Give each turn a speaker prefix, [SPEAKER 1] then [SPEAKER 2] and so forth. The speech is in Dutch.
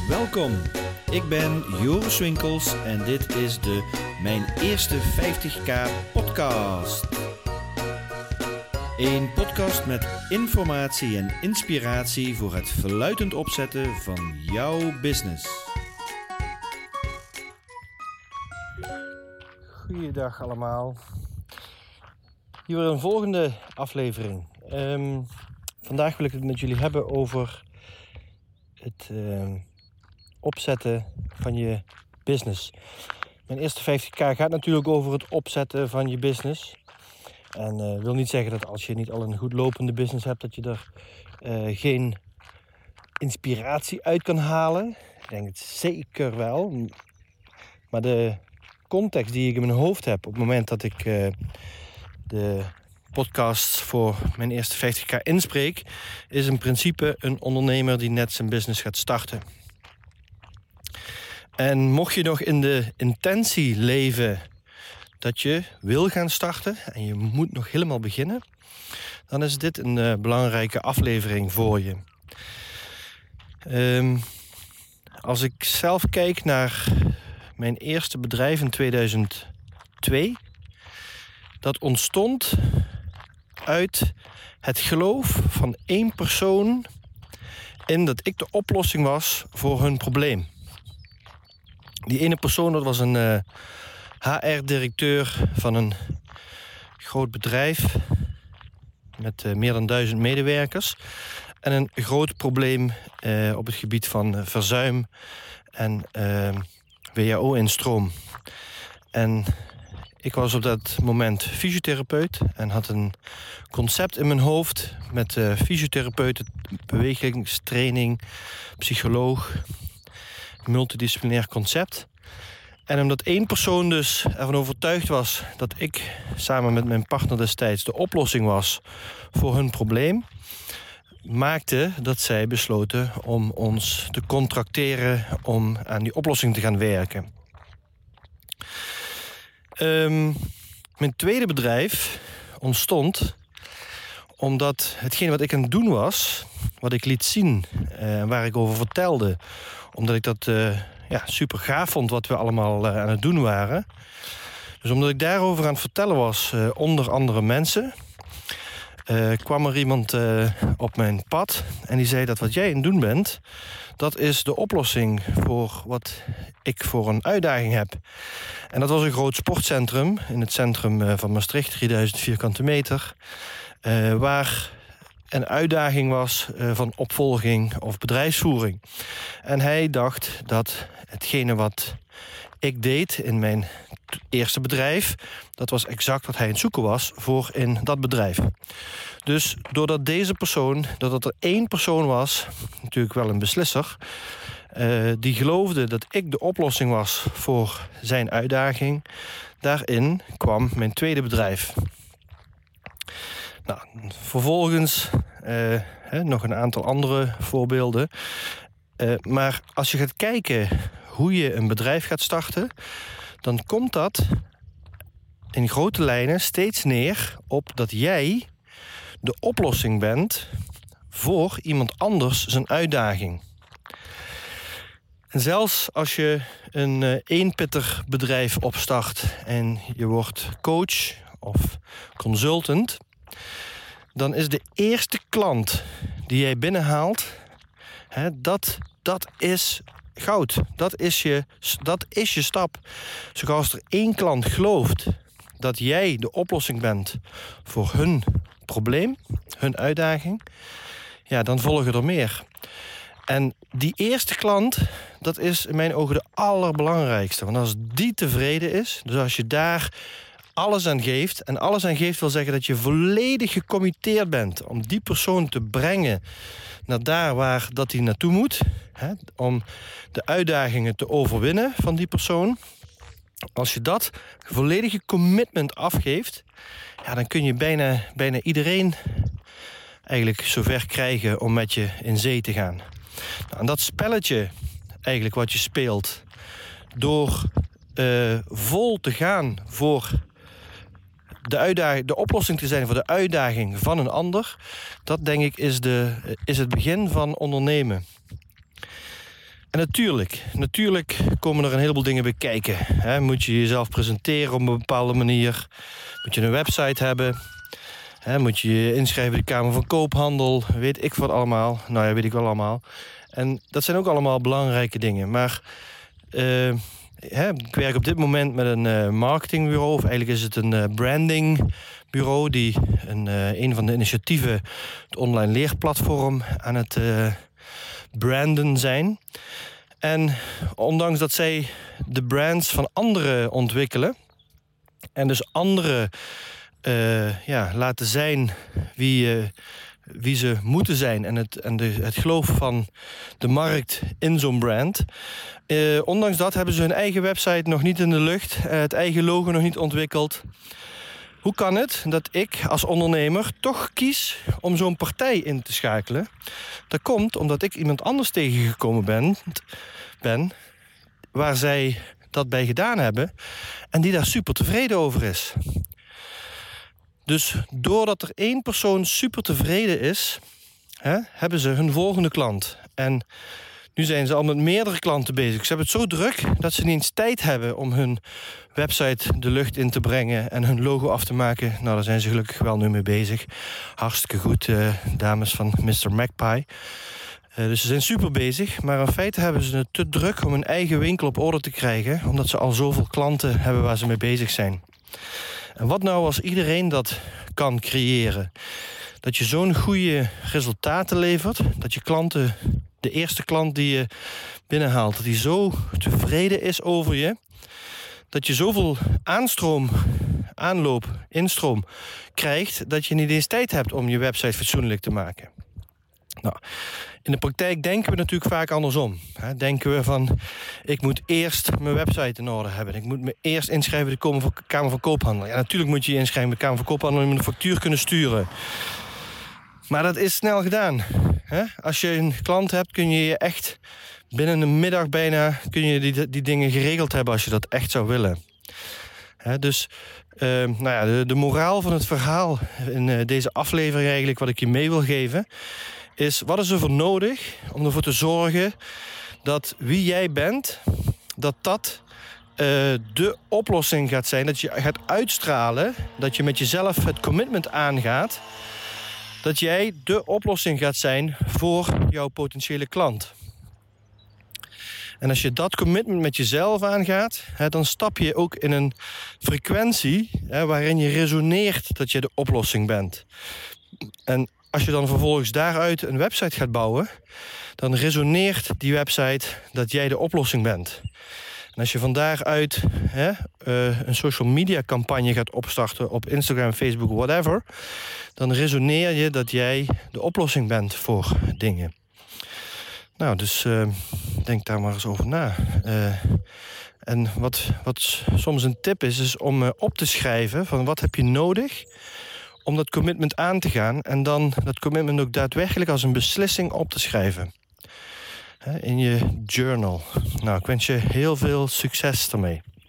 [SPEAKER 1] Welkom, ik ben Joris Winkels en dit is de Mijn Eerste 50k podcast. Een podcast met informatie en inspiratie voor het verluidend opzetten van jouw business.
[SPEAKER 2] Goeiedag allemaal. Hier weer een volgende aflevering. Vandaag wil ik het met jullie hebben over het opzetten van je business. Mijn eerste 50k gaat natuurlijk over het opzetten van je business. En wil niet zeggen dat als je niet al een goed lopende business hebt, dat je er geen inspiratie uit kan halen. Ik denk het zeker wel. Maar de context die ik in mijn hoofd heb op het moment dat ik de podcast voor mijn eerste 50k inspreek, is in principe een ondernemer die net zijn business gaat starten. En mocht je nog in de intentie leven dat je wil gaan starten en je moet nog helemaal beginnen, dan is dit een belangrijke aflevering voor je. Als ik zelf kijk naar mijn eerste bedrijf in 2002, dat ontstond uit het geloof van één persoon in dat ik de oplossing was voor hun probleem. Die ene persoon, dat was een HR-directeur van een groot bedrijf met meer dan 1000 medewerkers en een groot probleem op het gebied van verzuim en WHO-instroom. En ik was op dat moment fysiotherapeut en had een concept in mijn hoofd met fysiotherapeuten, bewegingstraining, psycholoog, multidisciplinair concept. En omdat één persoon dus ervan overtuigd was dat ik samen met mijn partner destijds de oplossing was voor hun probleem, maakte dat zij besloten om ons te contracteren om aan die oplossing te gaan werken. Mijn tweede bedrijf ontstond omdat hetgene wat ik aan het doen was, wat ik liet zien, waar ik over vertelde, omdat ik dat super gaaf vond wat we allemaal aan het doen waren. Dus omdat ik daarover aan het vertellen was onder andere mensen, kwam er iemand op mijn pad en die zei dat wat jij aan het doen bent, dat is de oplossing voor wat ik voor een uitdaging heb. En dat was een groot sportcentrum in het centrum van Maastricht, 3000 vierkante meter, waar een uitdaging was van opvolging of bedrijfsvoering. En hij dacht dat hetgene wat ik deed in mijn eerste bedrijf, dat was exact wat hij aan het zoeken was voor in dat bedrijf. Dus doordat deze persoon, doordat er één persoon was, natuurlijk wel een beslisser, die geloofde dat ik de oplossing was voor zijn uitdaging, daarin kwam mijn tweede bedrijf. Nou, vervolgens nog een aantal andere voorbeelden. Maar als je gaat kijken hoe je een bedrijf gaat starten, dan komt dat in grote lijnen steeds neer op dat jij de oplossing bent voor iemand anders zijn uitdaging. En zelfs als je een eenpitter bedrijf opstart en je wordt coach of consultant, dan is de eerste klant die jij binnenhaalt, dat is goud. Dat is je stap. Zoals er één klant gelooft dat jij de oplossing bent voor hun probleem, hun uitdaging, ja, dan volgen er meer. En die eerste klant, dat is in mijn ogen de allerbelangrijkste. Want als die tevreden is, dus als je daar alles aan geeft, en alles aan geeft wil zeggen dat je volledig gecommitteerd bent om die persoon te brengen naar daar waar dat hij naartoe moet, om de uitdagingen te overwinnen van die persoon. Als je dat volledige commitment afgeeft, ja, dan kun je bijna iedereen eigenlijk zover krijgen om met je in zee te gaan. Nou, en dat spelletje eigenlijk wat je speelt door vol te gaan voor de oplossing te zijn voor de uitdaging van een ander, dat denk ik is het begin van ondernemen. En natuurlijk komen er een heleboel dingen bij kijken. Moet je jezelf presenteren op een bepaalde manier? Moet je een website hebben? Moet je je inschrijven bij de Kamer van Koophandel? Weet ik wat allemaal. Nou ja, weet ik wel allemaal. En dat zijn ook allemaal belangrijke dingen. Maar ik werk op dit moment met een marketingbureau. Of eigenlijk is het een brandingbureau die een van de initiatieven, het online leerplatform, aan het branden zijn. En ondanks dat zij de brands van anderen ontwikkelen en dus anderen laten zijn wie ze moeten zijn en het geloof van de markt in zo'n brand. Ondanks dat hebben ze hun eigen website nog niet in de lucht, het eigen logo nog niet ontwikkeld. Hoe kan het dat ik als ondernemer toch kies om zo'n partij in te schakelen? Dat komt omdat ik iemand anders tegengekomen ben waar zij dat bij gedaan hebben en die daar super tevreden over is. Dus doordat er één persoon super tevreden is, hebben ze hun volgende klant. En nu zijn ze al met meerdere klanten bezig. Ze hebben het zo druk dat ze niet eens tijd hebben om hun website de lucht in te brengen en hun logo af te maken. Nou, daar zijn ze gelukkig wel nu mee bezig. Hartstikke goed, dames van Mr. Magpie. Dus ze zijn super bezig, maar in feite hebben ze het te druk om hun eigen winkel op orde te krijgen, omdat ze al zoveel klanten hebben waar ze mee bezig zijn. En wat nou als iedereen dat kan creëren? Dat je zo'n goede resultaten levert, dat je klanten, de eerste klant die je binnenhaalt, dat die zo tevreden is over je, dat je zoveel instroom krijgt, dat je niet eens tijd hebt om je website fatsoenlijk te maken. Nou, in de praktijk denken we natuurlijk vaak andersom. Denken we van, ik moet eerst mijn website in orde hebben. Ik moet me eerst inschrijven bij de Kamer van Koophandel. Ja, natuurlijk moet je je inschrijven bij de Kamer van Koophandel om een factuur kunnen sturen. Maar dat is snel gedaan. Als je een klant hebt, kun je echt binnen een middag bijna kun je die dingen geregeld hebben als je dat echt zou willen. Dus de moraal van het verhaal in deze aflevering eigenlijk, wat ik je mee wil geven, is wat is er voor nodig om ervoor te zorgen dat wie jij bent, dat de oplossing gaat zijn. Dat je gaat uitstralen, dat je met jezelf het commitment aangaat, dat jij de oplossing gaat zijn voor jouw potentiële klant. En als je dat commitment met jezelf aangaat, dan stap je ook in een frequentie waarin je resoneert dat je de oplossing bent. En als je dan vervolgens daaruit een website gaat bouwen, dan resoneert die website dat jij de oplossing bent. En als je van daaruit een social media campagne gaat opstarten op Instagram, Facebook, whatever, dan resoneer je dat jij de oplossing bent voor dingen. Nou, dus denk daar maar eens over na. En wat soms een tip is om op te schrijven van wat heb je nodig om dat commitment aan te gaan en dan dat commitment ook daadwerkelijk als een beslissing op te schrijven. In je journal. Nou, ik wens je heel veel succes daarmee.